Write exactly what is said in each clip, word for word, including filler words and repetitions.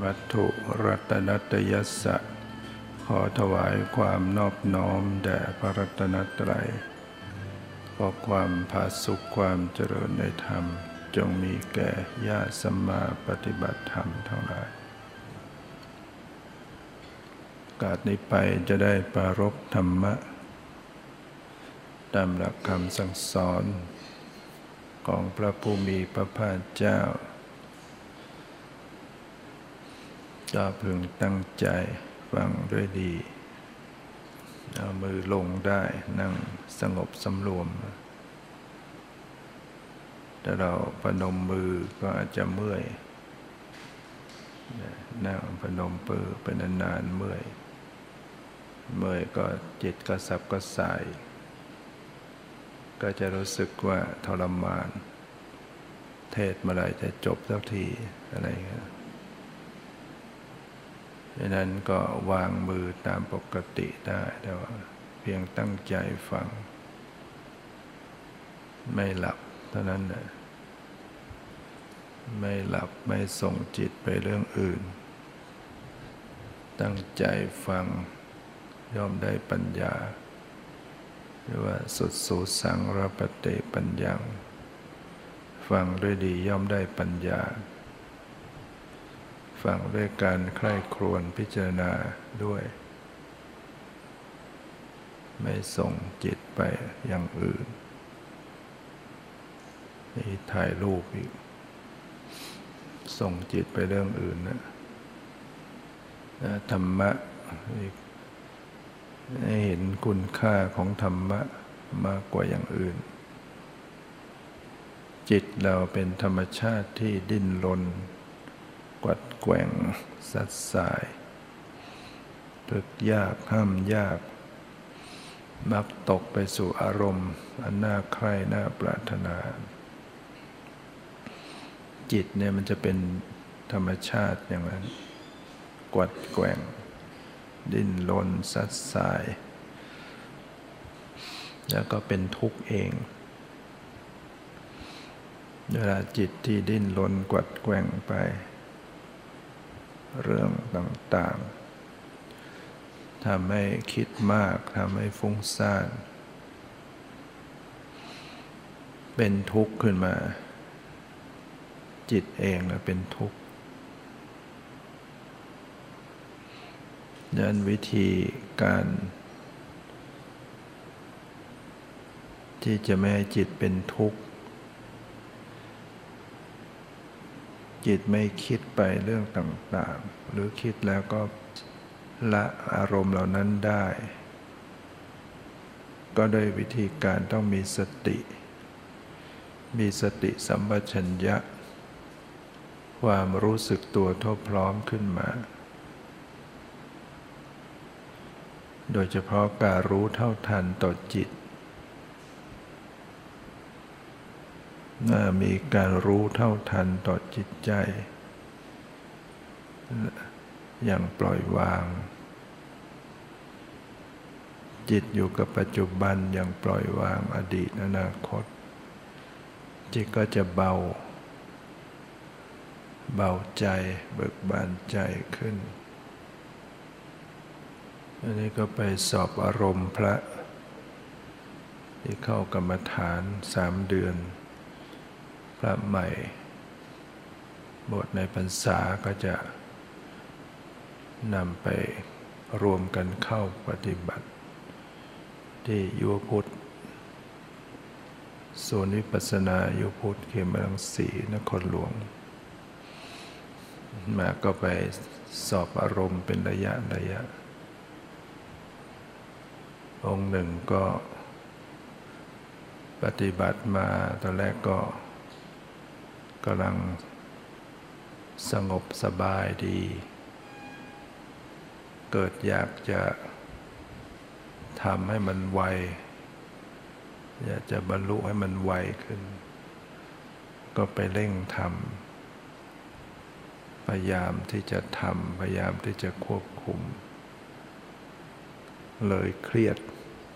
วัตถุรัตนัตยัสสะขอถวายความนอบน้อมแด่พระรัตนตรัยขอความผาสุกความเจริญในธรรมจงมีแก่ญาติสัมมาปฏิบัติธรรมทั้งหลายโอกาสนี้ไปจะได้ปรารภธรรมะตามหลักคำสั่งสอนของพระผู้มีพระภาคเจ้าก็พึงตั้งใจฟังด้วยดีเอามือลงได้นั่งสงบสำรวมถ้าเราพนมมือก็อาจจะเมื่อยนั่งพนมมือเป็นนานๆเมื่อยเมื่อยก็จิตก็สับก็สายก็จะรู้สึกว่าทรมานเทศเมื่อไหร่จะจบสักทีอะไรอย่างนี้ดังนั้นก็วางมือตามปกติได้แต่ว่าเพียงตั้งใจฟังไม่หลับเท่านั้นนะไม่หลับไม่ส่งจิตไปเรื่องอื่นตั้งใจฟังย่อมได้ปัญญาหรือว่าสุดสูสังรปเตปัญญังฟังด้วยดีย่อมได้ปัญญาฟังด้วยการใคร่ครวญพิจารณาด้วยไม่ส่งจิตไปอย่างอื่นนี่ถ่ายรูปอีกส่งจิตไปเรื่องอื่นนะธรรมะอีกให้เห็นคุณค่าของธรรมะมากกว่าอย่างอื่นจิตเราเป็นธรรมชาติที่ดิ้นรนกวัดแกว่งสัดสายฝึกยากห้ามยากมักตกไปสู่อารมณ์อันน่าใคร่น่าปรารถนาจิตเนี่ยมันจะเป็นธรรมชาติอย่างนั้นกวัดแกว่งดิ้นรนสัดสายแล้วก็เป็นทุกข์เองเวลาจิตที่ดิ้นรนกวัดแกว่งไปเรื่องต่างๆทำให้คิดมากทำให้ฟุ้งซ่านเป็นทุกข์ขึ้นมาจิตเองนะเป็นทุกข์ดังนั้นวิธีการที่จะไม่ให้จิตเป็นทุกข์จิตไม่คิดไปเรื่องต่างๆหรือคิดแล้วก็ละอารมณ์เหล่านั้นได้ก็โดยวิธีการต้องมีสติมีสติสัมปชัญญะความรู้สึกตัวทั่วพร้อมขึ้นมาโดยเฉพาะการรู้เท่าทันต่อจิตมีการรู้เท่าทันต่อจิตใจอย่างปล่อยวางจิตอยู่กับปัจจุบันอย่างปล่อยวางอดีตอนาคตจิตก็จะเบาเบาใจเบิกบานใจขึ้นอันนี้ก็ไปสอบอารมณ์พระที่เข้ากรรมฐานสามเดือนพระใหม่บทในพรรษาก็จะนำไปรวมกันเข้าปฏิบัติที่ยุวพุทธศูนย์วิปัสสนายุวพุทธเขมรังสีนครหลวงมาก็ไปสอบอารมณ์เป็นระยะระยะองค์หนึ่งก็ปฏิบัติมาตอนแรกก็กำลังสงบสบายดีเกิดอยากจะทำให้มันไวอยากจะบรรลุให้มันไวขึ้นก็ไปเร่งทำพยายามที่จะทำพยายามที่จะควบคุมเลยเครียด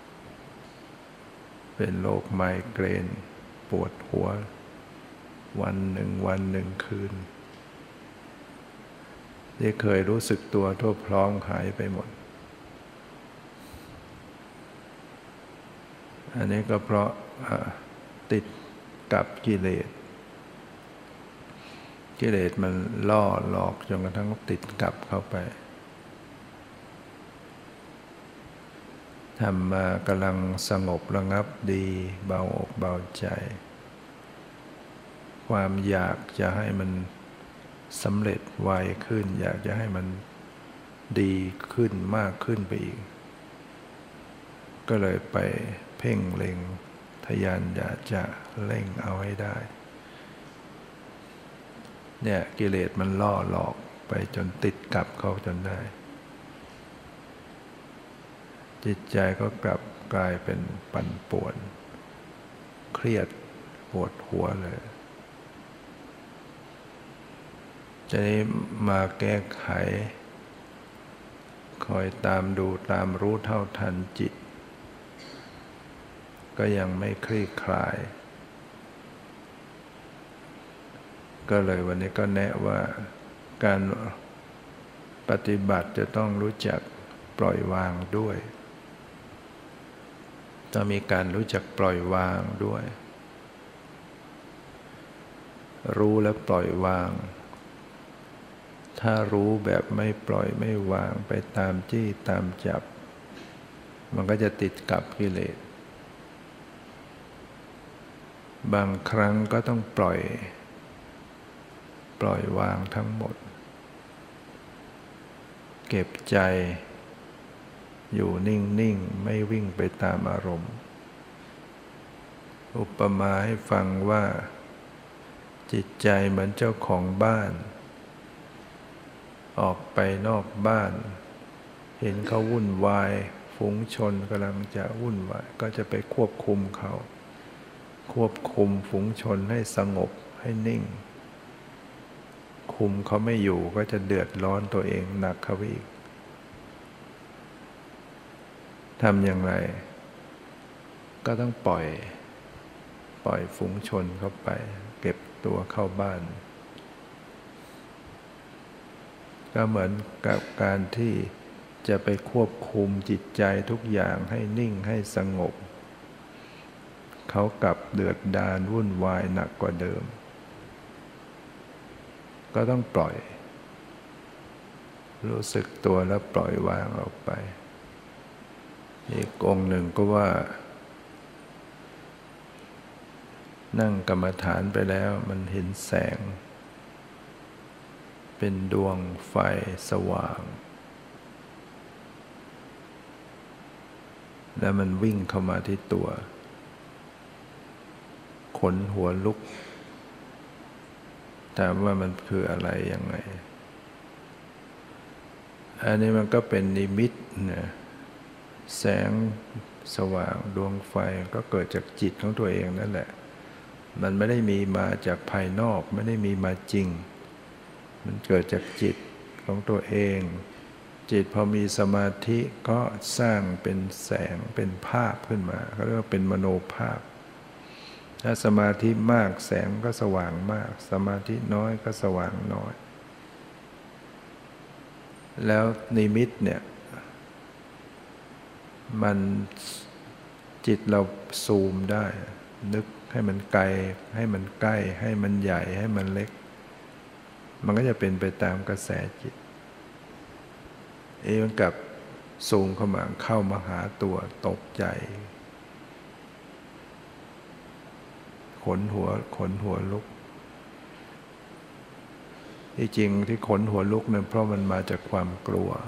เป็นโรคไมเกรนปวดหัววันหนึ่งวันหนึ่งคืนที่เคยรู้สึกตัวทั่วพร้อมหายไปหมดอันนี้ก็เพราะติดกับกิเลสกิเลสมันล่อหลอกจนกระทั่งติดกับเข้าไปทำมากำลังสงบระงับดีเบาอกเบาใจความอยากจะให้มันสำเร็จไวขึ้นอยากจะให้มันดีขึ้นมากขึ้นไปอีกก็เลยไปเพ่งเล็งทะยานอยากจะเร่งเอาให้ได้เนี่ยกิเลสมันล่อหลอกไปจนติดกับเขาจนได้จิตใจก็กลับกลายเป็นปั่นป่วนเครียดปวดหัวเลยจะได้มาแก้ไขคอยตามดูตามรู้เท่าทันจิตก็ยังไม่คลี่คลายก็เลยวันนี้ก็แนะว่าการปฏิบัติจะต้องรู้จักปล่อยวางด้วยต้องมีการรู้จักปล่อยวางด้วยรู้และปล่อยวางถ้ารู้แบบไม่ปล่อยไม่วางไปตามจี้ตามจับมันก็จะติดกับกิเลสบางครั้งก็ต้องปล่อยปล่อยวางทั้งหมดเก็บใจอยู่นิ่งๆไม่วิ่งไปตามอารมณ์อุปมาให้ฟังว่าจิตใจเหมือนเจ้าของบ้านออกไปนอกบ้านเห็นเขาวุ่นวายฝูงชนกำลังจะวุ่นวายก็จะไปควบคุมเขาควบคุมฝูงชนให้สงบให้นิ่งคุมเขาไม่อยู่ก็จะเดือดร้อนตัวเองหนักเข้าไปอีกทำอย่างไรก็ต้องปล่อยปล่อยฝูงชนเข้าไปเก็บตัวเข้าบ้านก็เหมือนกับการที่จะไปควบคุมจิตใจทุกอย่างให้นิ่งให้สงบเขากลับเดือดดาลวุ่นวายหนักกว่าเดิมก็ต้องปล่อยรู้สึกตัวแล้วปล่อยวางออกไปอีกองค์หนึ่งก็ว่านั่งกรรมฐานไปแล้วมันเห็นแสงเป็นดวงไฟสว่างแล้วมันวิ่งเข้ามาที่ตัวขนหัวลุกถามว่ามันคืออะไรยังไงอันนี้มันก็เป็นนิมิตนะแสงสว่างดวงไฟก็เกิดจากจิตของตัวเองนั่นแหละมันไม่ได้มีมาจากภายนอกไม่ได้มีมาจริงมันเกิดจากจิตของตัวเองจิตพอมีสมาธิก็สร้างเป็นแสงเป็นภาพขึ้นมาเขาเรียกว่าเป็นมโนภาพถ้าสมาธิมากแสงก็สว่างมากสมาธิน้อยก็สว่างน้อยแล้วนิมิตเนี่ยมันจิตเราซูมได้นึกให้มันไกลให้มันใกล้ให้มันใหญ่ให้มันเล็กมันก็จะเป็นไปตามกระแสจิตเองกับซูมเข้ามาเข้ามาหาตัวตกใจขนหัวขนหัวลุกที่จริงที่ขนหัวลุกเนี่ยเพราะมันมาจากความกลัว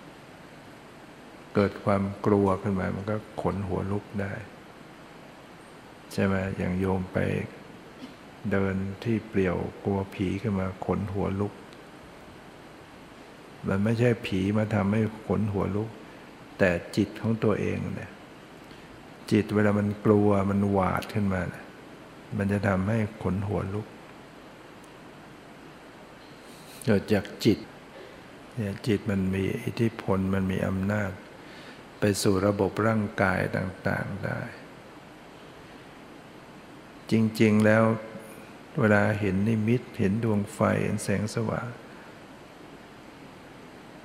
เกิดความกลัวขึ้นมามันก็ขนหัวลุกได้ใช่ไหมอย่างโยมไปเดินที่เปลี่ยวกลัวผีขึ้นมาขนหัวลุกมันไม่ใช่ผีมาทำให้ขนหัวลุกแต่จิตของตัวเองเนี่ยจิตเวลามันกลัวมันหวาดขึ้นมามันจะทำให้ขนหัวลุกเกิดจากจิตเนี่ยจิตมันมีอิทธิพลมันมีอำนาจไปสู่ระบบร่างกายต่างๆได้จริงๆแล้วเวลาเห็นนิมิตเห็นดวงไฟเห็นแสงสว่าง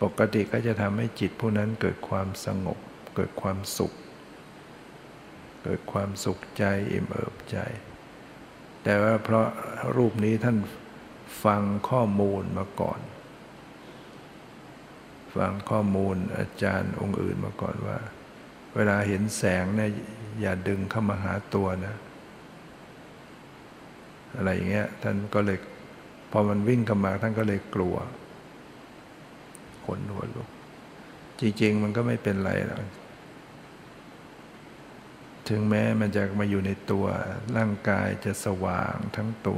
ปกติก็จะทำให้จิตผู้นั้นเกิดความสงบเกิดความสุขเกิดความสุขใจอิ่มเอิบใจแต่ว่าเพราะรูปนี้ท่านฟังข้อมูลมาก่อนฟังข้อมูลอาจารย์องค์อื่นมาก่อนว่าเวลาเห็นแสงเนี่ยอย่าดึงเข้ามาหาตัวนะอะไรอย่างเงี้ยท่านก็เลยพอมันวิ่งเข้ามาท่านก็เลยกลัวขนหัวลุกจริงๆมันก็ไม่เป็นไรหรอกถึงแม้มันจะมาอยู่ในตัวร่างกายจะสว่างทั้งตัว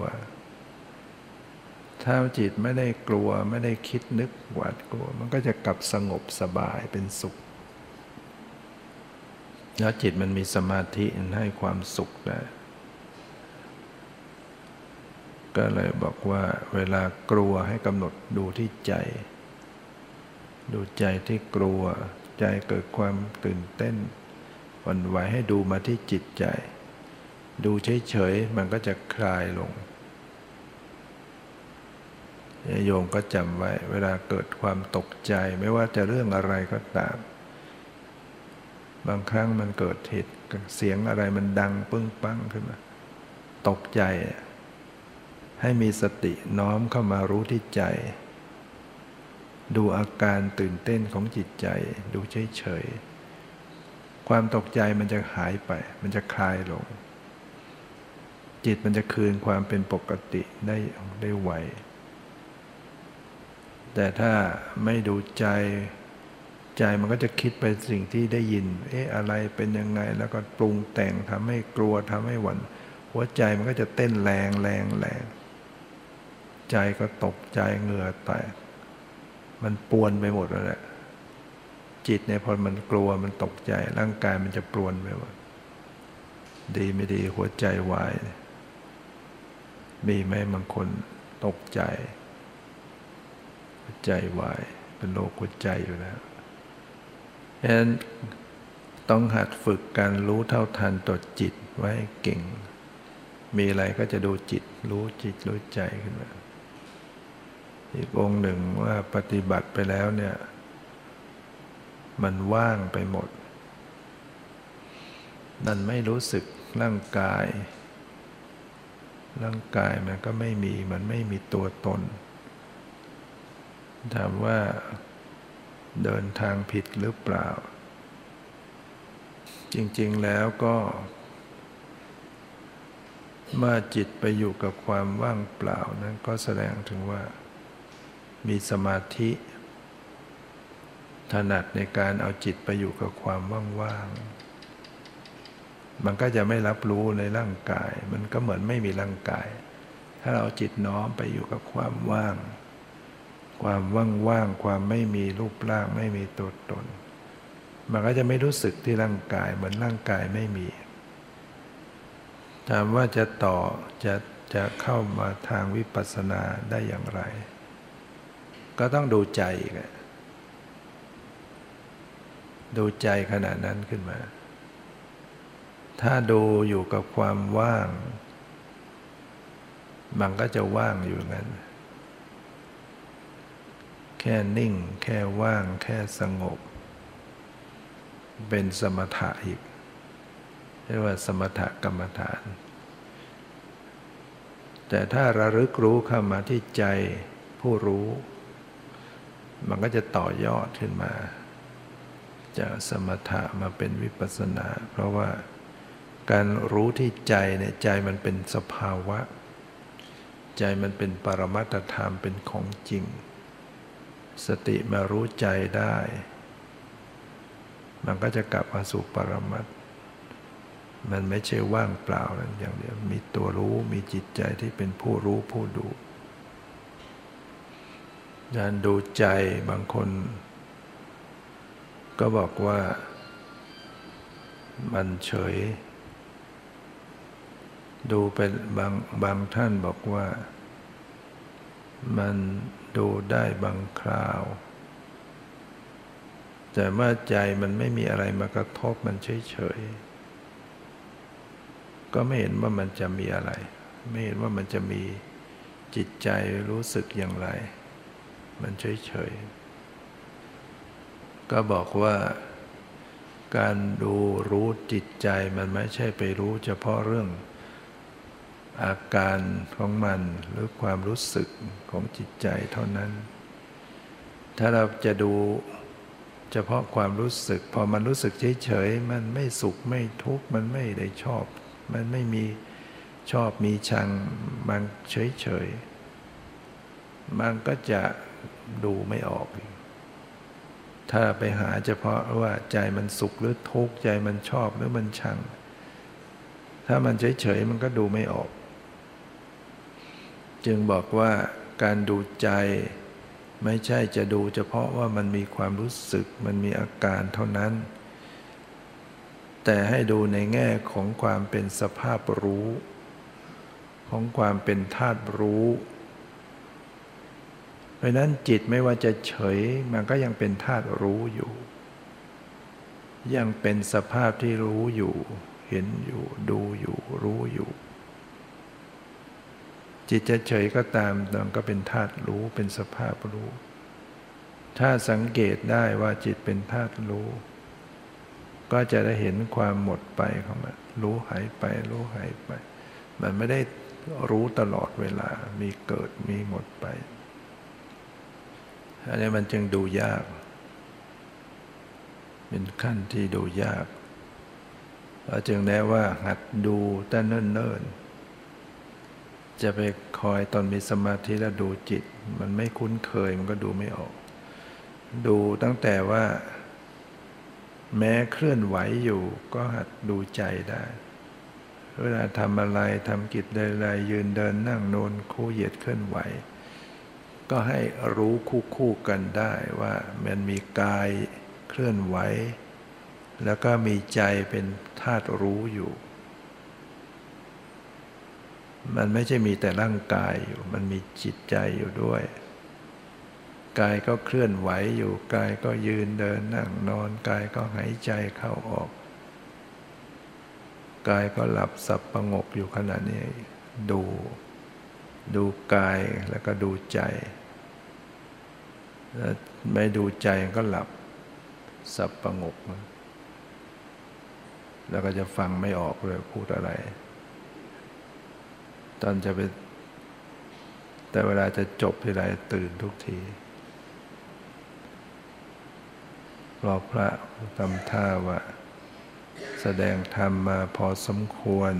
ถ้าจิตไม่ได้กลัวไม่ได้คิดนึกหวาดกลัวมันก็จะกลับสงบสบายเป็นสุขแล้วจิตมันมีสมาธิให้ความสุขได้ก็เลยบอกว่าเวลากลัวให้กำหนดดูที่ใจดูใจที่กลัวใจเกิดความตื่นเต้นหวั่นไหวให้ดูมาที่จิตใจดูเฉยๆมันก็จะคลายลงโยมก็จำไว้เวลาเกิดความตกใจไม่ว่าจะเรื่องอะไรก็ตามบางครั้งมันเกิดเหตุเสียงอะไรมันดังปึ้งปั้งขึ้นมาตกใจให้มีสติน้อมเข้ามารู้ที่ใจดูอาการตื่นเต้นของจิตใจดูเฉยๆความตกใจมันจะหายไปมันจะคลายลงจิตมันจะคืนความเป็นปกติได้ได้ไวแต่ถ้าไม่ดูใจใจมันก็จะคิดไปสิ่งที่ได้ยินเอ๊ะอะไรเป็นยังไงแล้วก็ปรุงแต่งทำให้กลัวทำให้หวั่นหัวใจมันก็จะเต้นแรงแรงแรงใจก็ตกใจเหงื่อแตกมันปวนไปหมดแล้วแหละจิตเนี่ยพอมันกลัวมันตกใจร่างกายมันจะปรวนไปหมดดีไม่ดีหัวใจวายมีไหมบางคนตกใจหัวใจวายเป็นโรคหัวใจอยู่แล้วฉะนั้นต้องหัดฝึกการรู้เท่าทันต่อจิตไว้เก่งมีอะไรก็จะดูจิตรู้จิตรู้ใจขึ้นมาอีกองค์หนึ่งว่าปฏิบัติไปแล้วเนี่ยมันว่างไปหมดมันไม่รู้สึกร่างกายร่างกายมันก็ไม่มีมันไม่มีตัวตนถามว่าเดินทางผิดหรือเปล่าจริงๆแล้วก็เมื่อจิตไปอยู่กับความว่างเปล่านั้นก็แสดงถึงว่ามีสมาธิถนัดในการเอาจิตไปอยู่กับความว่างๆมันก็จะไม่รับรู้ในร่างกายมันก็เหมือนไม่มีร่างกายถ้าเราจิตน้อมไปอยู่กับความว่างความว่างๆความไม่มีรูปร่างไม่มีตัวตนมันก็จะไม่รู้สึกที่ร่างกายเหมือนร่างกายไม่มีถามว่าจะต่อจะจะเข้ามาทางวิปัสสนาได้อย่างไรก็ต้องดูใจอีกดูใจขณะนั้นขึ้นมาถ้าดูอยู่กับความว่างมันก็จะว่างอยู่งั้นแค่นิ่งแค่ว่างแค่สงบเป็นสมถะอีกเรียกว่าสมถกรรมฐานแต่ถ้าระลึกรู้เข้ามาที่ใจผู้รู้มันก็จะต่อยอดขึ้นมาจากสมถะมาเป็นวิปัสสนาเพราะว่าการรู้ที่ใจเนี่ยใจมันเป็นสภาวะใจมันเป็นปรมัตถธรรมเป็นของจริงสติมารู้ใจได้มันก็จะกลับมาสู่ปรมัตถ์มันไม่ใช่ว่างเปล่านั้นอย่างเดียวมีตัวรู้มีจิตใจที่เป็นผู้รู้ผู้ดูการดูใจบางคนก็บอกว่ามันเฉยดูเป็นบางบางท่านบอกว่ามันดูได้บางคราวแต่เมื่อใจมันไม่มีอะไรมากระทบมันเฉยๆก็ไม่เห็นว่ามันจะมีอะไรไม่เห็นว่ามันจะมีจิตใจรู้สึกอย่างไรมันเฉยก็บอกว่าการดูรู้จิตใจมันไม่ใช่ไปรู้เฉพาะเรื่องอาการของมันหรือความรู้สึกของจิตใจเท่านั้นถ้าเราจะดูเฉพาะความรู้สึกพอมันรู้สึกเฉยๆมันไม่สุขไม่ทุกข์มันไม่ได้ชอบมันไม่มีชอบมีชังมันเฉยๆมันก็จะดูไม่ออกถ้าไปหาเฉพาะว่าใจมันสุขหรือทุกข์ใจมันชอบหรือมันชังถ้ามันเฉยๆมันก็ดูไม่ออกจึงบอกว่าการดูใจไม่ใช่จะดูเฉพาะว่ามันมีความรู้สึกมันมีอาการเท่านั้นแต่ให้ดูในแง่ของความเป็นสภาพรู้ของความเป็นธาตุรู้เพราะนั้นจิตไม่ว่าจะเฉยมันก็ยังเป็นธาตุรู้อยู่ยังเป็นสภาพที่รู้อยู่เห็นอยู่ดูอยู่รู้อยู่จิตจะเฉยก็ตามมันก็เป็นธาตุรู้เป็นสภาพรู้ถ้าสังเกตได้ว่าจิตเป็นธาตุรู้ก็จะได้เห็นความหมดไปของมันรู้หายไปรู้หายไปมันไม่ได้รู้ตลอดเวลามีเกิดมีหมดไปอันนี้มันจึงดูยากเป็นขั้นที่ดูยากเราจึงแนะว่าหัดดูแต่เนิ่นๆจะไปคอยตอนมีสมาธิแล้วดูจิตมันไม่คุ้นเคยมันก็ดูไม่ออกดูตั้งแต่ว่าแม้เคลื่อนไหวอยู่ก็หัดดูใจได้เวลาทำอะไรทำกิจใดๆยืนเดินนั่งโนนคู่เหยียดเคลื่อนไหวก็ให้รู้คู่ๆกันได้ว่ามันมีกายเคลื่อนไหวแล้วก็มีใจเป็นธาตุรู้อยู่มันไม่ใช่มีแต่ร่างกายอยู่มันมีจิตใจอยู่ด้วยกายก็เคลื่อนไหวอยู่กายก็ยืนเดินนั่งนอนกายก็หายใจเข้าออกกายก็หลับสับประงกอยู่ขณะนี้ดูดูกายแล้วก็ดูใจแล้วไม่ดูใจก็หลับสับประงกแล้วก็จะฟังไม่ออกเลยพูดอะไรตอนจะไปแต่เวลาจะจบทีไรตื่นทุกทีเพราะพระทำท่าว่าแสดงธรรมมาพอสมควร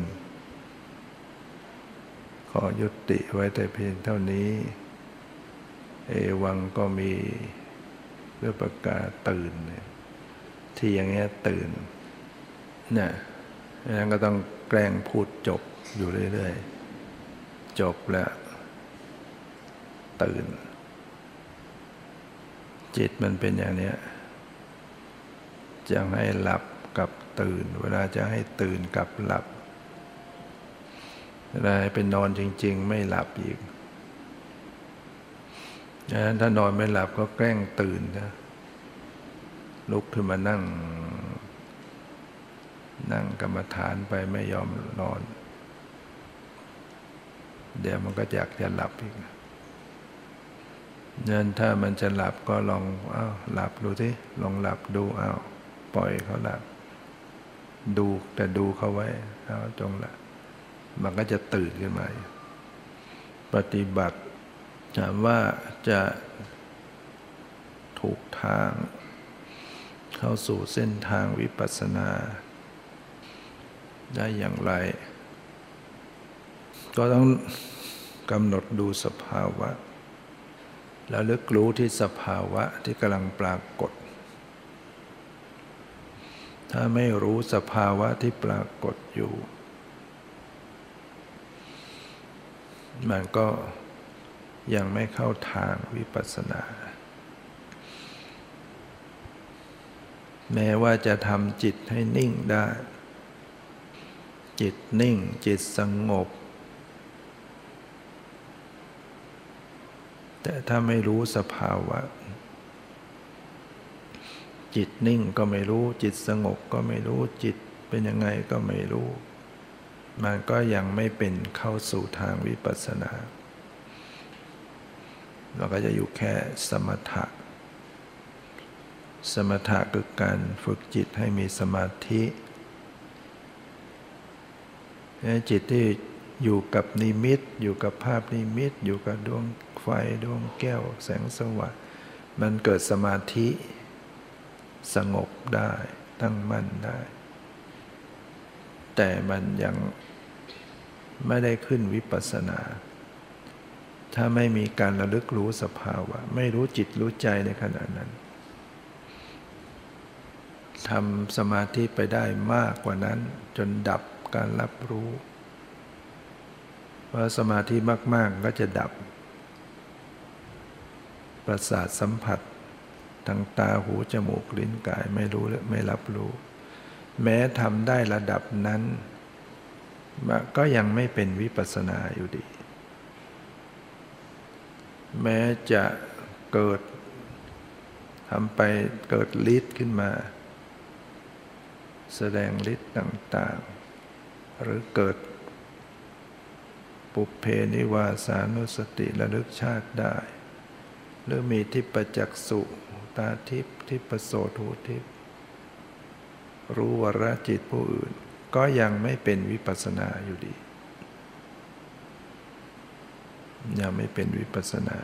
ขอยุติไว้แต่เพียงเท่านี้เอวังก็มีเรื่องประกาศตื่นที่อย่างเงี้ยตื่นเนี่ยนั้นก็ต้องแกล้งพูดจบอยู่เรื่อยๆจบแล้วตื่นจิตมันเป็นอย่างเนี้ยจะให้หลับกับตื่นเวลาจะให้ตื่นกับหลับเวลาให้เป็นนอนจริงๆไม่หลับอีกดังนั้นถ้านอนไม่หลับก็แกล้งตื่นนะลุกขึ้นมานั่งนั่งกรรมฐานไปไม่ยอมนอนเดี๋ยวมันก็อยากจะหลับอีกงั้นถ้ามันจะหลับก็ลองอ้าวหลับดูสิลองหลับดูอ้าวปล่อยเขาหลับดูแต่ดูเขาไว้เอาจงหลับมันก็จะตื่นขึ้นมาปฏิบัติถามว่าจะถูกทางเข้าสู่เส้นทางวิปัสสนาได้อย่างไรก็ต้องกำหนดดูสภาวะแล้วลึกรู้ที่สภาวะที่กำลังปรากฏถ้าไม่รู้สภาวะที่ปรากฏอยู่มันก็ยังไม่เข้าทางวิปัสสนาแม้ว่าจะทำจิตให้นิ่งได้จิตนิ่งจิตสงบแต่ถ้าไม่รู้สภาวะจิตนิ่งก็ไม่รู้จิตสงบก็ไม่รู้จิตเป็นยังไงก็ไม่รู้มันก็ยังไม่เป็นเข้าสู่ทางวิปัสสนาเราก็จะอยู่แค่สมถะสมถะคือการฝึกจิตให้มีสมาธิจิตที่อยู่กับนิมิตอยู่กับภาพนิมิตอยู่กับดวงไฟดวงแก้วแสงสว่างมันเกิดสมาธิสงบได้ตั้งมั่นได้แต่มันยังไม่ได้ขึ้นวิปัสสนาถ้าไม่มีการระลึกรู้สภาวะไม่รู้จิตรู้ใจในขณะนั้นทำสมาธิไปได้มากกว่านั้นจนดับการรับรู้เพราะสมาธิมากๆก็จะดับประสาทสัมผัสทางตาหูจมูกลิ้นกายไม่รู้ไม่รับรู้แม้ทำได้ระดับนั้นก็ยังไม่เป็นวิปัสสนาอยู่ดีแม้จะเกิดทำไปเกิดฤทธิ์ขึ้นมาแสดงฤทธิ์ต่างๆหรือเกิดปุพเพนิวาสานุสติระลึกชาติได้หรือมีทิพจักษุตาทิพย์ทิพโสตหูทิพย์รู้วรจิตผู้อื่นก็ยังไม่เป็นวิปัสสนาอยู่ดียังไม่เป็นวิปัสสนา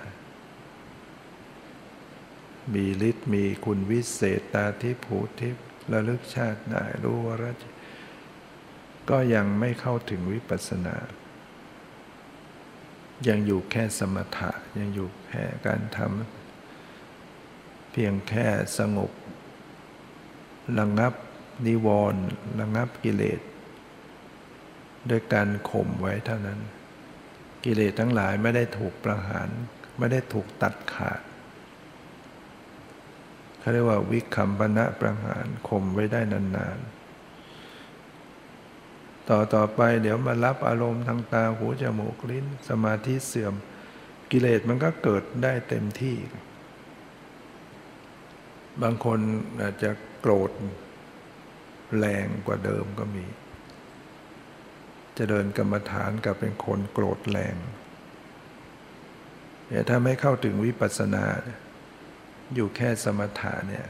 มีฤทธิ์มีคุณวิเศษตาทิพย์หูทิพย์ระลึกชาติได้รู้วรจิตก็ยังไม่เข้าถึงวิปัสสนายังอยู่แค่สมถะยังอยู่แค่การทำเพียงแค่สงบระงับนิวรณ์ระงับกิเลสด้วยการข่มไว้เท่านั้นกิเลสทั้งหลายไม่ได้ถูกประหารไม่ได้ถูกตัดขาดเขาเรียกว่าวิคัมปนะประหารข่มไว้ได้นานๆต่อต่อไปเดี๋ยวมารับอารมณ์ทางตาหูจมูกลิ้นสมาธิเสื่อมกิเลสมันก็เกิดได้เต็มที่บางคนอาจจะโกรธแรงกว่าเดิมก็มีจะเดินกรรมฐานกับเป็นคนโกรธแรงแต่ถ้าไม่เข้าถึงวิปัสสนาอยู่แค่สมถะเนี่ย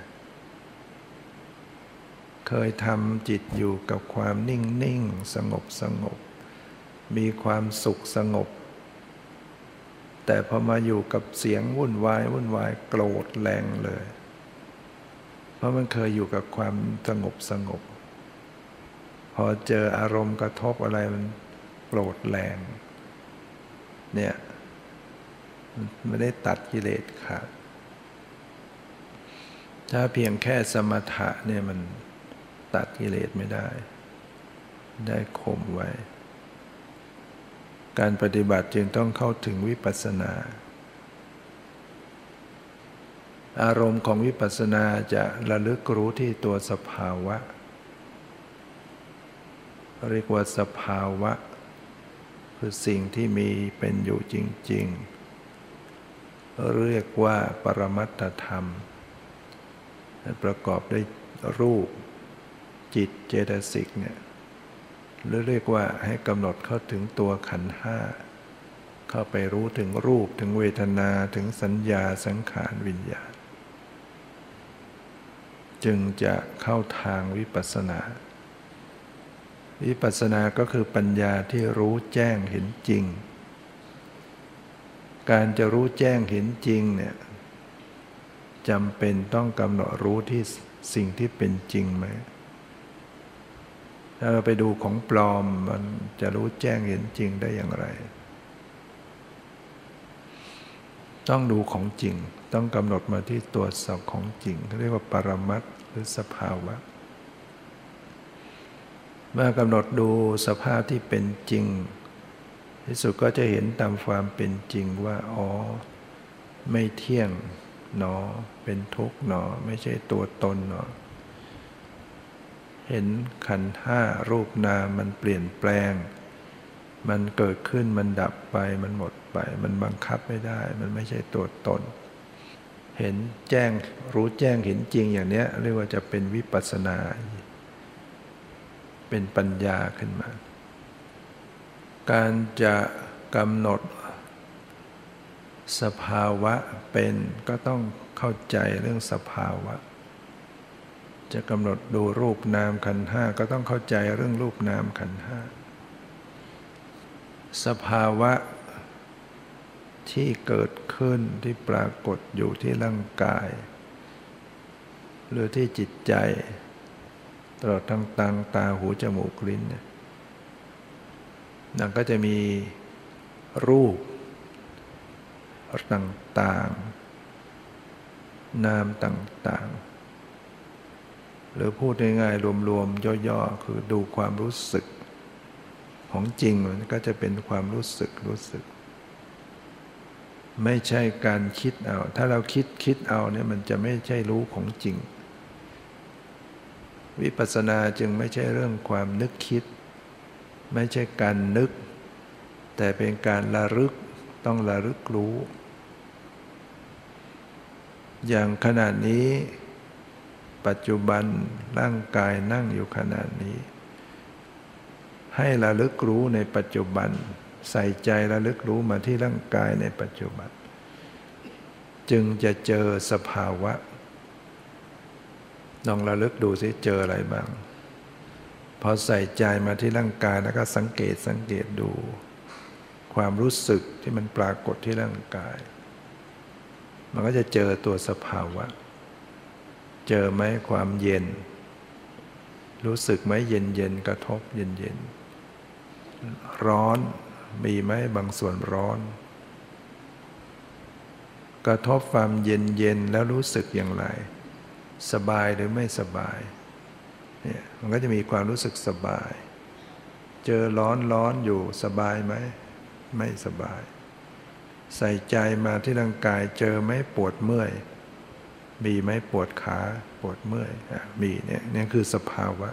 เคยทำจิตอยู่กับความนิ่งนิ่งสงบสงบมีความสุขสงบแต่พอมาอยู่กับเสียงวุ่นวายวุ่นวายโกรธแรงเลยเพราะมันเคยอยู่กับความสงบสงบพอเจออารมณ์กระทบอะไรมันโกรธแรงเนี่ยไม่ได้ตัดกิเลสขาดถ้าเพียงแค่สมถะเนี่ยมันตัดกิเลสไม่ได้ได้ข่มไว้การปฏิบัติจึงต้องเข้าถึงวิปัสสนาอารมณ์ของวิปัสสนาจะระลึกรู้ที่ตัวสภาวะเรียกว่าสภาวะคือสิ่งที่มีเป็นอยู่จริงๆเรียกว่าปรมัตถธรรมประกอบด้วยรูปจิตเจตสิกเนี่ยหรือเรียกว่าให้กำหนดเข้าถึงตัวขันธ์ห้าเข้าไปรู้ถึงรูปถึงเวทนาถึงสัญญาสังขารวิญญาณจึงจะเข้าทางวิปัสสนาวิปัสสนาก็คือปัญญาที่รู้แจ้งเห็นจริงการจะรู้แจ้งเห็นจริงเนี่ยจำเป็นต้องกำหนดรู้ที่สิ่งที่เป็นจริงไหมถ้าเราไปดูของปลอมมันจะรู้แจ้งเห็นจริงได้อย่างไรต้องดูของจริงต้องกำหนดมาที่ตัวสัพของจริงเขาเรียกว่าปรมัตถ์หรือสภาวะเมื่อกำหนดดูสภาพที่เป็นจริงที่สุดก็จะเห็นตามความเป็นจริงว่าอ๋อไม่เที่ยงหนอเป็นทุกข์หนอไม่ใช่ตัวตนหนอเห็นขันธ์ห้ารูปนามมันเปลี่ยนแปลงมันเกิดขึ้นมันดับไปมันหมดไปมันบังคับไม่ได้มันไม่ใช่ตัวตนเห็นแจ้งรู้แจ้งเห็นจริงอย่างนี้เรียกว่าจะเป็นวิปัสสนาเป็นปัญญาขึ้นมาการจะกำหนดสภาวะเป็นก็ต้องเข้าใจเรื่องสภาวะจะกำหนดดูรูปนามขันธ์ห้าก็ต้องเข้าใจเรื่องรูปนามขันธ์ห้าสภาวะที่เกิดขึ้นที่ปรากฏอยู่ที่ร่างกายหรือที่จิตใจตลอดทั้งตาตาหูจมูกลิ้นเนี่ยนั่นก็จะมีรูปต่างๆนามต่างๆหรือพูดง่ายๆรวมๆย่อๆคือดูความรู้สึกของจริงมันก็จะเป็นความรู้สึกรู้สึกไม่ใช่การคิดเอาถ้าเราคิดคิดเอาเนี่ยมันจะไม่ใช่รู้ของจริงวิปัสสนาจึงไม่ใช่เรื่องความนึกคิดไม่ใช่การนึกแต่เป็นการระลึกต้องระลึกรู้อย่างขณะนี้ปัจจุบันร่างกายนั่งอยู่ขณะนี้ให้ระลึกรู้ในปัจจุบันใส่ใจระลึกรู้มาที่ร่างกายในปัจจุบันจึงจะเจอสภาวะลองระลึกดูสิเจออะไรบ้างพอใส่ใจมาที่ร่างกายแล้วก็สังเกตสังเกตดูความรู้สึกที่มันปรากฏที่ร่างกายมันก็จะเจอตัวสภาวะเจอไหมความเย็นรู้สึกไหมเย็นเย็นกระทบเย็นเย็นร้อนมีไหมบางส่วนร้อนกระทบความเย็นเย็นแล้วรู้สึกอย่างไรสบายหรือไม่สบายเนี่ยมันก็จะมีความรู้สึกสบายเจอร้อนร้อนอยู่สบายไหมไม่สบายใส่ใจมาที่ร่างกายเจอไหมปวดเมื่อยมีไหมปวดขาปวดเมื่อยมีเนี่ยนี่คือสภาวะ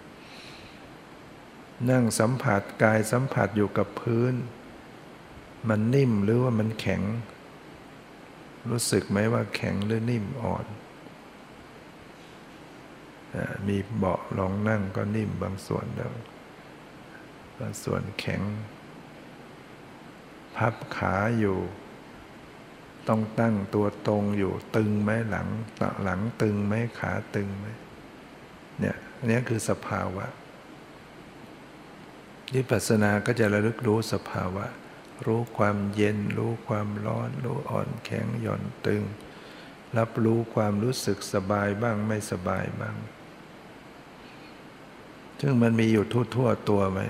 นั่งสัมผัสกายสัมผัสอยู่กับพื้นมันนิ่มหรือว่ามันแข็งรู้สึกไหมว่าแข็งหรือนิ่มอ่อนมีเบาะรองนั่งก็นิ่มบางส่วนแล้วบางส่วนแข็งพับขาอยู่ต้องตั้งตัวตรงอยู่ตึงไหมหลังหลังตึงไหมขาตึงไหมเนี่ยอันนี้คือสภาวะวิปัสสนาก็จะระลึกรู้สภาวะรู้ความเย็นรู้ความร้อนรู้อ่อนแข็งหย่อนตึงรับรู้ความรู้สึกสบายบ้างไม่สบายบ้างซึ่งมันมีอยู่ทั่วๆตัวไหม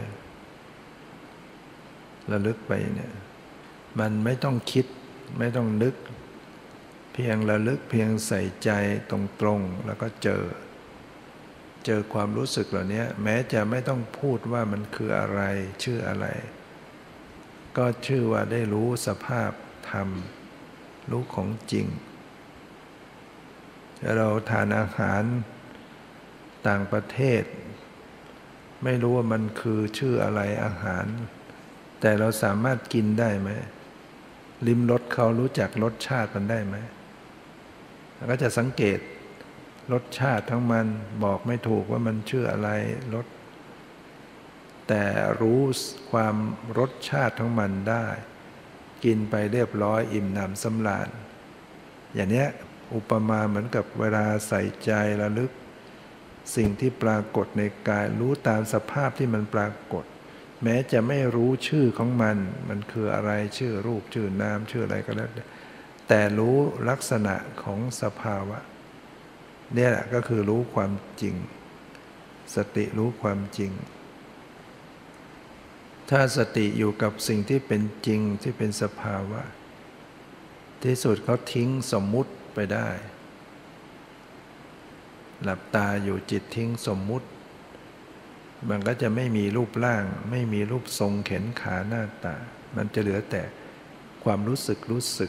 ระลึกไปเนี่ยมันไม่ต้องคิดไม่ต้องนึกเพียงระลึกเพียงใส่ใจตรงๆแล้วก็เจอเจอความรู้สึกเหล่านี้แม้จะไม่ต้องพูดว่ามันคืออะไรชื่ออะไรก็ชื่อว่าได้รู้สภาพธรรมรู้ของจริงเราทานอาหารต่างประเทศไม่รู้ว่ามันคือชื่ออะไรอาหารแต่เราสามารถกินได้ไหมลิ้มรสเขารู้จักรสชาติมันได้ไหมแล้วก็จะสังเกตรสชาติทั้งมันบอกไม่ถูกว่ามันชื่ออะไรรสแต่รู้ความรสชาติทั้งมันได้กินไปเรียบร้อยอิ่มหนำสำราญอย่างนี้อุปมาเหมือนกับเวลาใส่ใจระลึกสิ่งที่ปรากฏในกายรู้ตามสภาพที่มันปรากฏแม้จะไม่รู้ชื่อของมันมันคืออะไรชื่อรูปชื่อนามชื่ออะไรก็แล้วแต่รู้ลักษณะของสภาวะเนี่ยแหละก็คือรู้ความจริงสติรู้ความจริงถ้าสติอยู่กับสิ่งที่เป็นจริงที่เป็นสภาวะที่สุดเขาทิ้งสมมุติไปได้หลับตาอยู่จิตทิ้งสมมุติมันก็จะไม่มีรูปร่างไม่มีรูปทรงแขนขาหน้าตามันจะเหลือแต่ความรู้สึกรู้สึก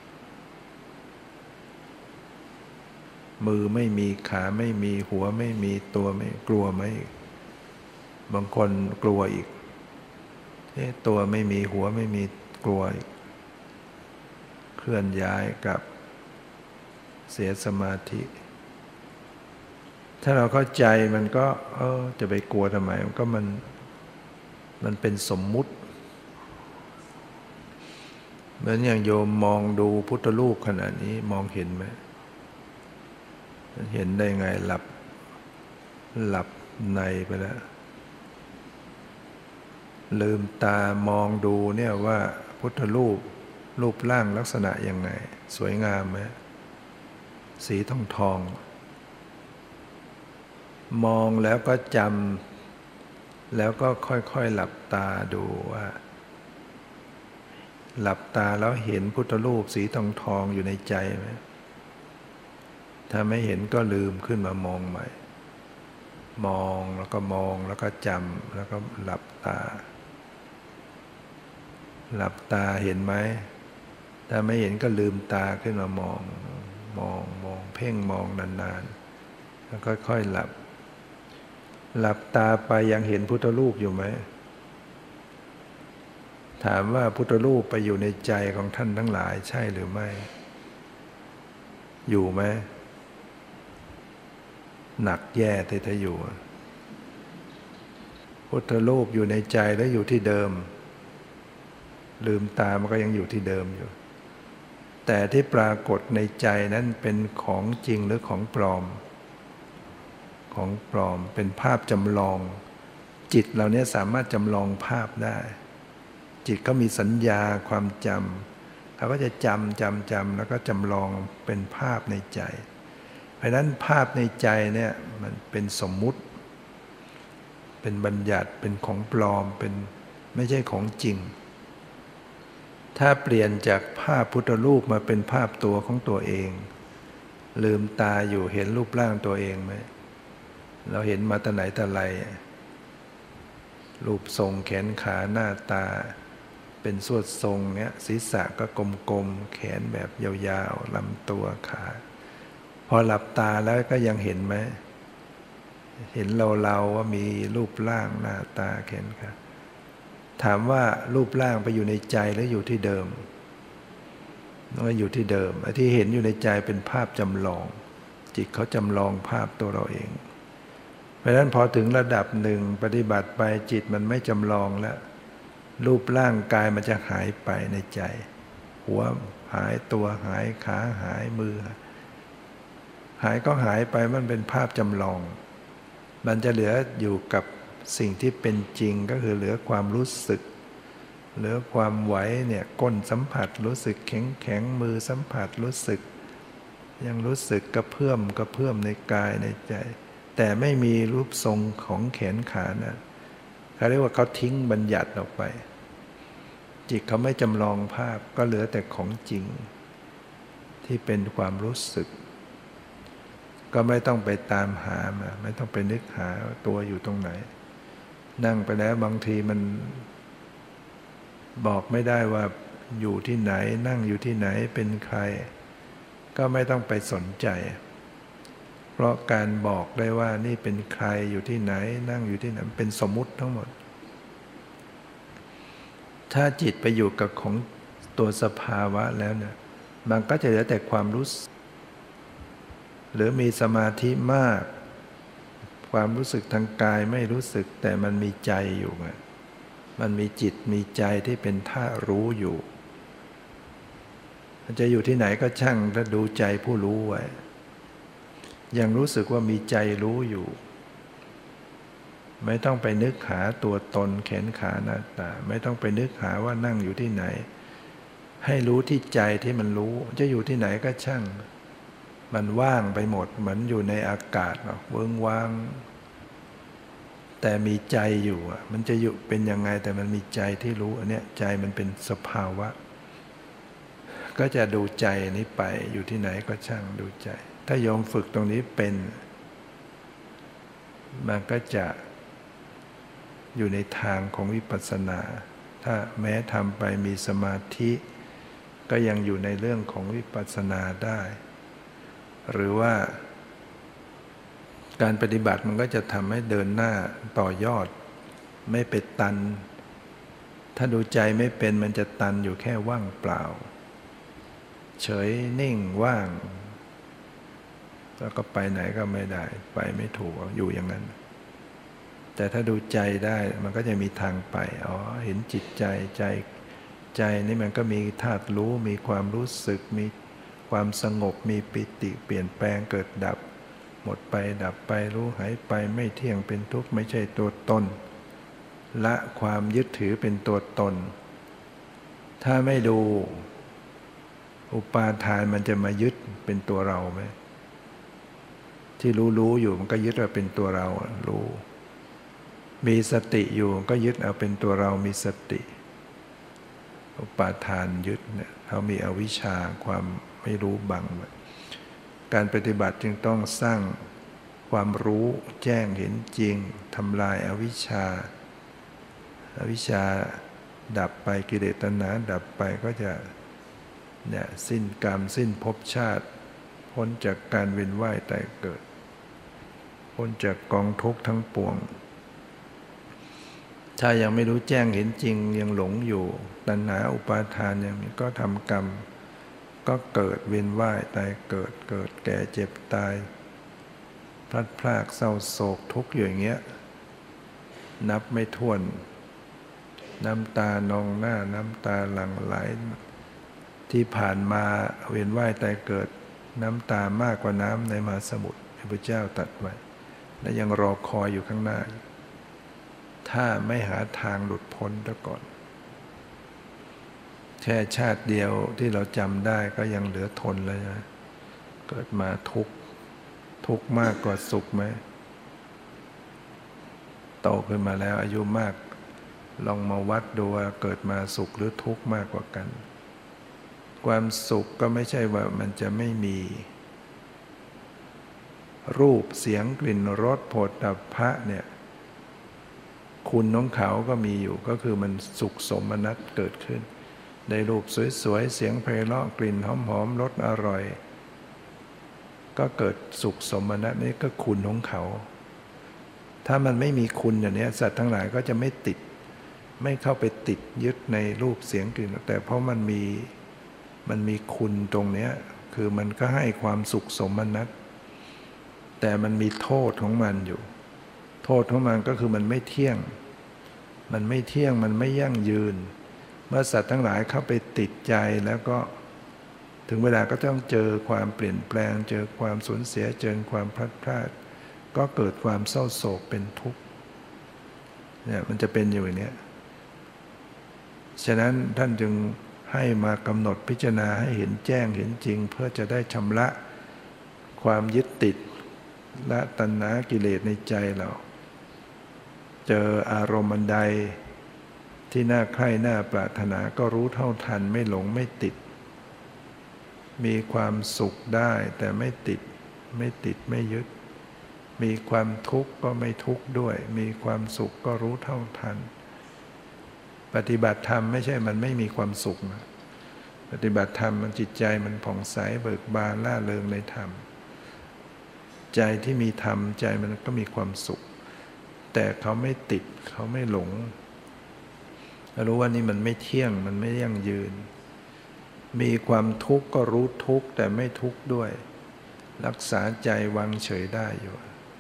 มือไม่มีขาไม่มีหัวไม่มีตัวไม่กลัวไหมบางคนกลัวอีกตัวไม่มีหัวไม่มีกลัวอีกเคลื่อนย้ายกับเสียสมาธิถ้าเราเข้าใจมันก็เออจะไปกลัวทำไมมันก็มันมันเป็นสมมุติเหมือนอย่างโยมมองดูพุทธรูปขณะนี้มองเห็นไหมเห็นได้ไงหลับหลับในไปแล้วลืมตามองดูเนี่ยว่าพุทธรูปรูปร่างลักษณะยังไงสวยงามไหมสีทองทองมองแล้วก็จำแล้วก็ค่อยๆหลับตาดูว่าหลับตาแล้วเห็นพุทธรูปสีทองทองอยู่ในใจไหมถ้าไม่เห็นก็ลืมขึ้นมามองใหม่มองแล้วก็มองแล้วก็จำแล้วก็หลับตาหลับตาเห็นไหมถ้าไม่เห็นก็ลืมตาขึ้นมามองมองมองเพ่งมองนานๆแล้วค่อยๆหลับหลับตาไปยังเห็นพุทธรูปอยู่ไหมถามว่าพุทธรูปไปอยู่ในใจของท่านทั้งหลายใช่หรือไม่อยู่ไหมหนักแย่แต่ถ้าอยู่พุทธรูปอยู่ในใจแล้วอยู่ที่เดิมลืมตามันก็ยังอยู่ที่เดิมอยู่แต่ที่ปรากฏในใจนั้นเป็นของจริงหรือของปลอมของปลอมเป็นภาพจำลองจิตเราเนี่ยสามารถจำลองภาพได้จิตก็มีสัญญาความจำเขาก็จะจำจำจำแล้วก็จำลองเป็นภาพในใจเพราะนั้นภาพในใจเนี่ยมันเป็นสมมุติเป็นบัญญัติเป็นของปลอมเป็นไม่ใช่ของจริงถ้าเปลี่ยนจากภาพพุทธรูปมาเป็นภาพตัวของตัวเองลืมตาอยู่เห็นรูปร่างตัวเองไหมเราเห็นมาแต่ไหนแต่ไรรูปทรงแขนขาหน้าตาเป็นสวดทรงเนี้ยศีรษะก็กลมๆแขนแบบยาวๆลำตัวขาพอหลับตาแล้วก็ยังเห็นไหมเห็นเราๆว่ามีรูปร่างหน้าตาแขนขาถามว่ารูปร่างไปอยู่ในใจหรืออยู่ที่เดิมก็อยู่ที่เดิมที่เห็นอยู่ในใจเป็นภาพจำลองจิตเขาจำลองภาพตัวเราเองเพราะฉะนั้นพอถึงระดับหนึ่งปฏิบัติไปจิตมันไม่จำลองแล้วรูปร่างกายมันจะหายไปในใจหัวหายตัวหายขาหายมือหายก็หายไปมันเป็นภาพจำลองมันจะเหลืออยู่กับสิ่งที่เป็นจริงก็คือเหลือความรู้สึกเหลือความไหวเนี่ยก้นสัมผัสรู้สึกแข็งแข็งมือสัมผัสรู้สึกยังรู้สึกกระเพื่อมกระเพื่อมในกายในใจแต่ไม่มีรูปทรงของแขนขานะเขาเรียกว่าเขาทิ้งบัญญัติออกไปจิตเขาไม่จำลองภาพก็เหลือแต่ของจริงที่เป็นความรู้สึกก็ไม่ต้องไปตามหามาไม่ต้องไปนึกหาตัวอยู่ตรงไหนนั่งไปแล้วบางทีมันบอกไม่ได้ว่าอยู่ที่ไหนนั่งอยู่ที่ไหนเป็นใครก็ไม่ต้องไปสนใจเพราะการบอกได้ว่านี่เป็นใครอยู่ที่ไหนนั่งอยู่ที่ไหนเป็นสมมุติทั้งหมดถ้าจิตไปอยู่กับของตัวสภาวะแล้วเนี่ยมันก็จะเหลือแต่ความรู้สึกหรือมีสมาธิมากความรู้สึกทางกายไม่รู้สึกแต่มันมีใจอยู่ไงมันมีจิตมีใจที่เป็นท่ารู้อยู่มันจะอยู่ที่ไหนก็ช่างถ้าดูใจผู้รู้ไว้ยังรู้สึกว่ามีใจรู้อยู่ไม่ต้องไปนึกหาตัวตนแขนขาหน้าตาไม่ต้องไปนึกหาว่านั่งอยู่ที่ไหนให้รู้ที่ใจที่มันรู้จะอยู่ที่ไหนก็ช่างมันว่างไปหมดเหมือนอยู่ในอากาศเวิ้งว้างแต่มีใจอยู่มันจะอยู่เป็นยังไงแต่มันมีใจที่รู้อันเนี้ยใจมันเป็นสภาวะก็จะดูใจนี้ไปอยู่ที่ไหนก็ช่างดูใจถ้าโยมฝึกตรงนี้เป็นมันก็จะอยู่ในทางของวิปัสสนาถ้าแม้ทำไปมีสมาธิก็ยังอยู่ในเรื่องของวิปัสสนาได้หรือว่าการปฏิบัติมันก็จะทำให้เดินหน้าต่อยอดไม่ไปตันถ้าดูใจไม่เป็นมันจะตันอยู่แค่ว่างเปล่าเฉยนิ่งว่างแล้วก็ไปไหนก็ไม่ได้ไปไม่ถูกอยู่อย่างนั้นแต่ถ้าดูใจได้มันก็จะมีทางไปอ๋อเห็นจิตใจใจใจนี่มันก็มีธาตุรู้มีความรู้สึกมีความสงบมีปิติเปลี่ยนแปลงเกิดดับหมดไปดับไปรู้หายไปไม่เที่ยงเป็นทุกข์ไม่ใช่ตัวตนละความยึดถือเป็นตัวตนถ้าไม่ดูอุปาทานมันจะมายึดเป็นตัวเราไหมที่รู้รู้อยู่มันก็ยึดว่าเป็นตัวเรารู้มีสติอยู่มันก็ยึดเอาเป็นตัวเรามีสติอุปาทานยึดเนี่ยเขามีอวิชชาความไม่รู้บังการปฏิบัติจึงต้องสร้างความรู้แจ้งเห็นจริงทำลายอวิชชาอวิชชาดับไปกิเลสตัณหาดับไปก็จะเนี่ยสิ้นกรรมสิ้นภพชาติพ้นจากการเวียนว่ายตายเกิดพ้นจากกองทุกข์ทั้งปวงถ้ายังไม่รู้แจ้งเห็นจริงยังหลงอยู่ตัณหาอุปาทานอย่างนี้ก็ทำกรรมก็เกิดเวียนว่ายตายเกิดเกิดแก่เจ็บตายพลัดพรากเศร้าโศกทุกข์อย่างเงี้ยนับไม่ถ้วนน้ำตานองหน้าน้ำตาหลั่งไหลที่ผ่านมาเวียนว่ายตายเกิดน้ำตามากกว่าน้ำในมหาสมุทรพระพุทธเจ้าตรัสไว้และยังรอคอยอยู่ข้างหน้าถ้าไม่หาทางหลุดพ้นซะก่อนแค่ชาติเดียวที่เราจำได้ก็ยังเหลือทนเลยนะเกิดมาทุกข์ทุกข์มากกว่าสุขไหมโตขึ้นมาแล้วอายุมากลองมาวัดดูว่าเกิดมาสุขหรือทุกข์มากกว่ากันความสุขก็ไม่ใช่ว่ามันจะไม่มีรูปเสียงกลิ่นรสโผฏฐัพพะเนี่ยคุณของเขาก็มีอยู่ก็คือมันสุขสมนัตเกิดขึ้นได้รูปสวยๆเสียงไพเราะกลิ่นหอมๆรสอร่อยก็เกิดสุขสมนัตนี่ก็คุณของเขาถ้ามันไม่มีคุณอย่างนี้สัตว์ทั้งหลายก็จะไม่ติดไม่เข้าไปติดยึดในรูปเสียงกลิ่นแต่เพราะมันมีมันมีคุณตรงนี้คือมันก็ให้ความสุขสมนัตแต่มันมีโทษของมันอยู่โทษของมันก็คือมันไม่เที่ยงมันไม่เที่ยงมันไม่ยั่งยืนเมื่อสัตว์ทั้งหลายเข้าไปติดใจแล้วก็ถึงเวลาก็ต้องเจอความเปลี่ยนแปลงเจอความสูญเสียเจอความพลัดพรากก็เกิดความเศร้าโศกเป็นทุกข์เนี่ยมันจะเป็นอยู่อย่างนี้ฉะนั้นท่านจึงให้มากำหนดพิจารณาให้เห็นแจ้งเห็นจริงเพื่อจะได้ชำระความยึดติดละตัณหากิเลสในใจเราเจออารมณ์อันใดที่น่าใคร่น่าปรารถนาก็รู้เท่าทันไม่หลงไม่ติดมีความสุขได้แต่ไม่ติดไม่ติดไม่ยึดมีความทุกข์ก็ไม่ทุกข์ด้วยมีความสุขก็รู้เท่าทันปฏิบัติธรรมไม่ใช่มันไม่มีความสุขนะปฏิบัติธรรมมันจิตใจมันผ่องใสเบิกบานล่าเริงในธรรมใจที่มีธรรมใจมันก็มีความสุขแต่เขาไม่ติดเขาไม่หลงรู้ว่านี่มันไม่เที่ยงมันไม่ยั่งยืนมีความทุกข์ก็รู้ทุกข์แต่ไม่ทุกข์ด้วยรักษาใจวางเฉยได้อยู่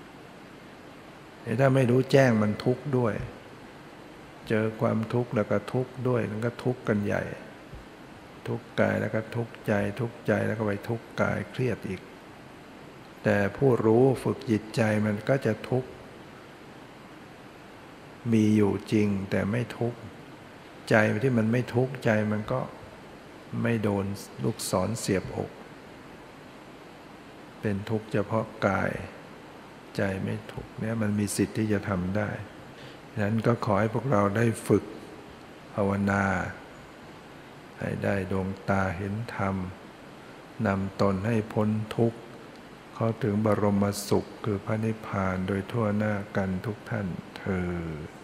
ถ้าไม่รู้แจ้งมันทุกข์ด้วยเจอความทุกข์แล้วก็ทุกข์ด้วยมันก็ทุกข์กันใหญ่ทุกข์กายแล้วก็ทุกข์ใจทุกข์ใจแล้วก็ไปทุกข์กายเครียดอีกแต่ผู้รู้ฝึกจิตใจมันก็จะทุกข์มีอยู่จริงแต่ไม่ทุกข์ใจที่มันไม่ทุกข์ใจมันก็ไม่โดนลูกศรเสียบอกเป็นทุกข์เฉพาะกายใจไม่ทุกข์เนี่ยมันมีสิทธิ์ที่จะทำได้ฉะนั้นก็ขอให้พวกเราได้ฝึกภาวนาให้ได้ดวงตาเห็นธรรมนำตนให้พ้นทุกข์เข้าถึงบรมสุขคือพระนิพพานโดยทั่วหน้ากันทุกท่านเทอญ